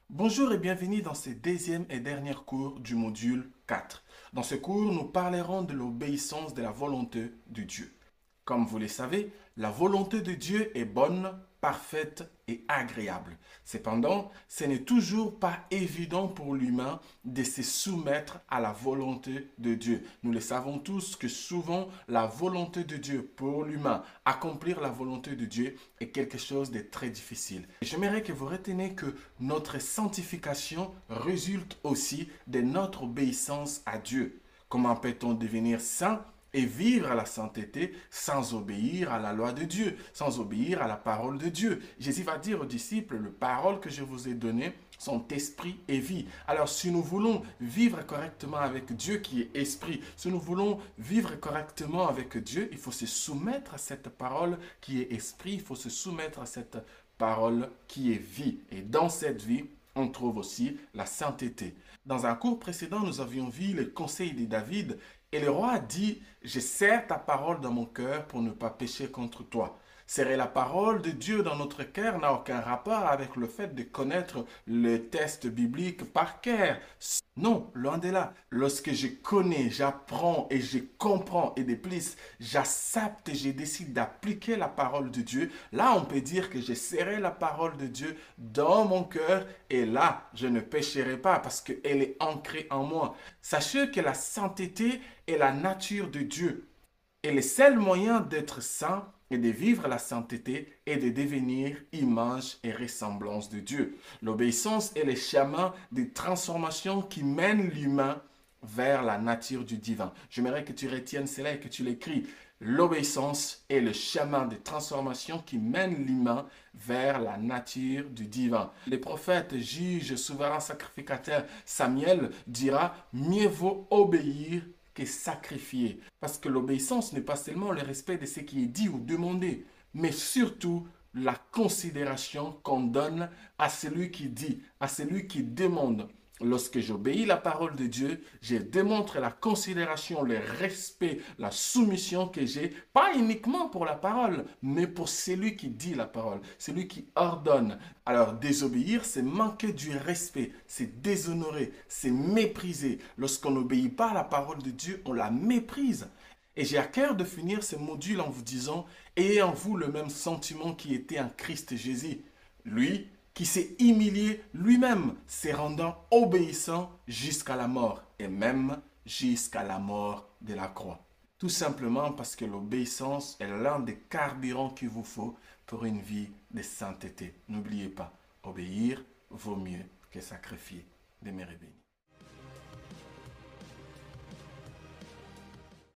Bonjour et bienvenue dans ce deuxième et dernier cours du module 4. Dans ce cours, nous parlerons de l'obéissance de la volonté de Dieu. Comme vous le savez, la volonté de Dieu est bonne, parfaite et agréable. Cependant, ce n'est toujours pas évident pour l'humain de se soumettre à la volonté de Dieu. Nous le savons tous que souvent, la volonté de Dieu pour l'humain, accomplir la volonté de Dieu est quelque chose de très difficile. J'aimerais que vous reteniez que notre sanctification résulte aussi de notre obéissance à Dieu. Comment peut-on devenir saint et vivre à la sainteté sans obéir à la loi de Dieu, sans obéir à la parole de Dieu? Jésus va dire aux disciples, les paroles que je vous ai données sont esprit et vie. Alors si nous voulons vivre correctement avec Dieu qui est esprit, si nous voulons vivre correctement avec Dieu, il faut se soumettre à cette parole qui est esprit, il faut se soumettre à cette parole qui est vie. Et dans cette vie, on trouve aussi la sainteté. Dans un cours précédent, nous avions vu les conseils de David et le roi a dit, je serre ta parole dans mon cœur pour ne pas pécher contre toi. Serrer la parole de Dieu dans notre cœur n'a aucun rapport avec le fait de connaître le texte biblique par cœur. Non, loin de là. Lorsque je connais, j'apprends et je comprends et de plus, j'accepte et je décide d'appliquer la parole de Dieu, là on peut dire que j'ai serré la parole de Dieu dans mon cœur et là je ne pécherai pas parce qu'elle est ancrée en moi. Sachez que la sainteté est la nature de Dieu. Et le seul moyen d'être saint et de vivre la sainteté est de devenir image et ressemblance de Dieu. L'obéissance est le chemin de transformation qui mène l'humain vers la nature du divin. J'aimerais que tu retiennes cela et que tu l'écris. L'obéissance est le chemin de transformation qui mène l'humain vers la nature du divin. Les prophètes, juges, souverains sacrificateurs, Samuel dira, mieux vaut obéir que sacrifier. Parce que l'obéissance n'est pas seulement le respect de ce qui est dit ou demandé, mais surtout la considération qu'on donne à celui qui dit, à celui qui demande. Lorsque j'obéis la parole de Dieu, je démontre la considération, le respect, la soumission que j'ai, pas uniquement pour la parole, mais pour celui qui dit la parole, celui qui ordonne. Alors désobéir, c'est manquer du respect, c'est déshonorer, c'est mépriser. Lorsqu'on n'obéit pas à la parole de Dieu, on la méprise. Et j'ai à cœur de finir ce module en vous disant, ayez en vous le même sentiment qui était en Christ Jésus. Lui, qui s'est humilié lui-même, se rendant obéissant jusqu'à la mort, et même jusqu'à la mort de la croix. Tout simplement parce que l'obéissance est l'un des carburants qu'il vous faut pour une vie de sainteté. N'oubliez pas, obéir vaut mieux que sacrifier. Demeurez bénis.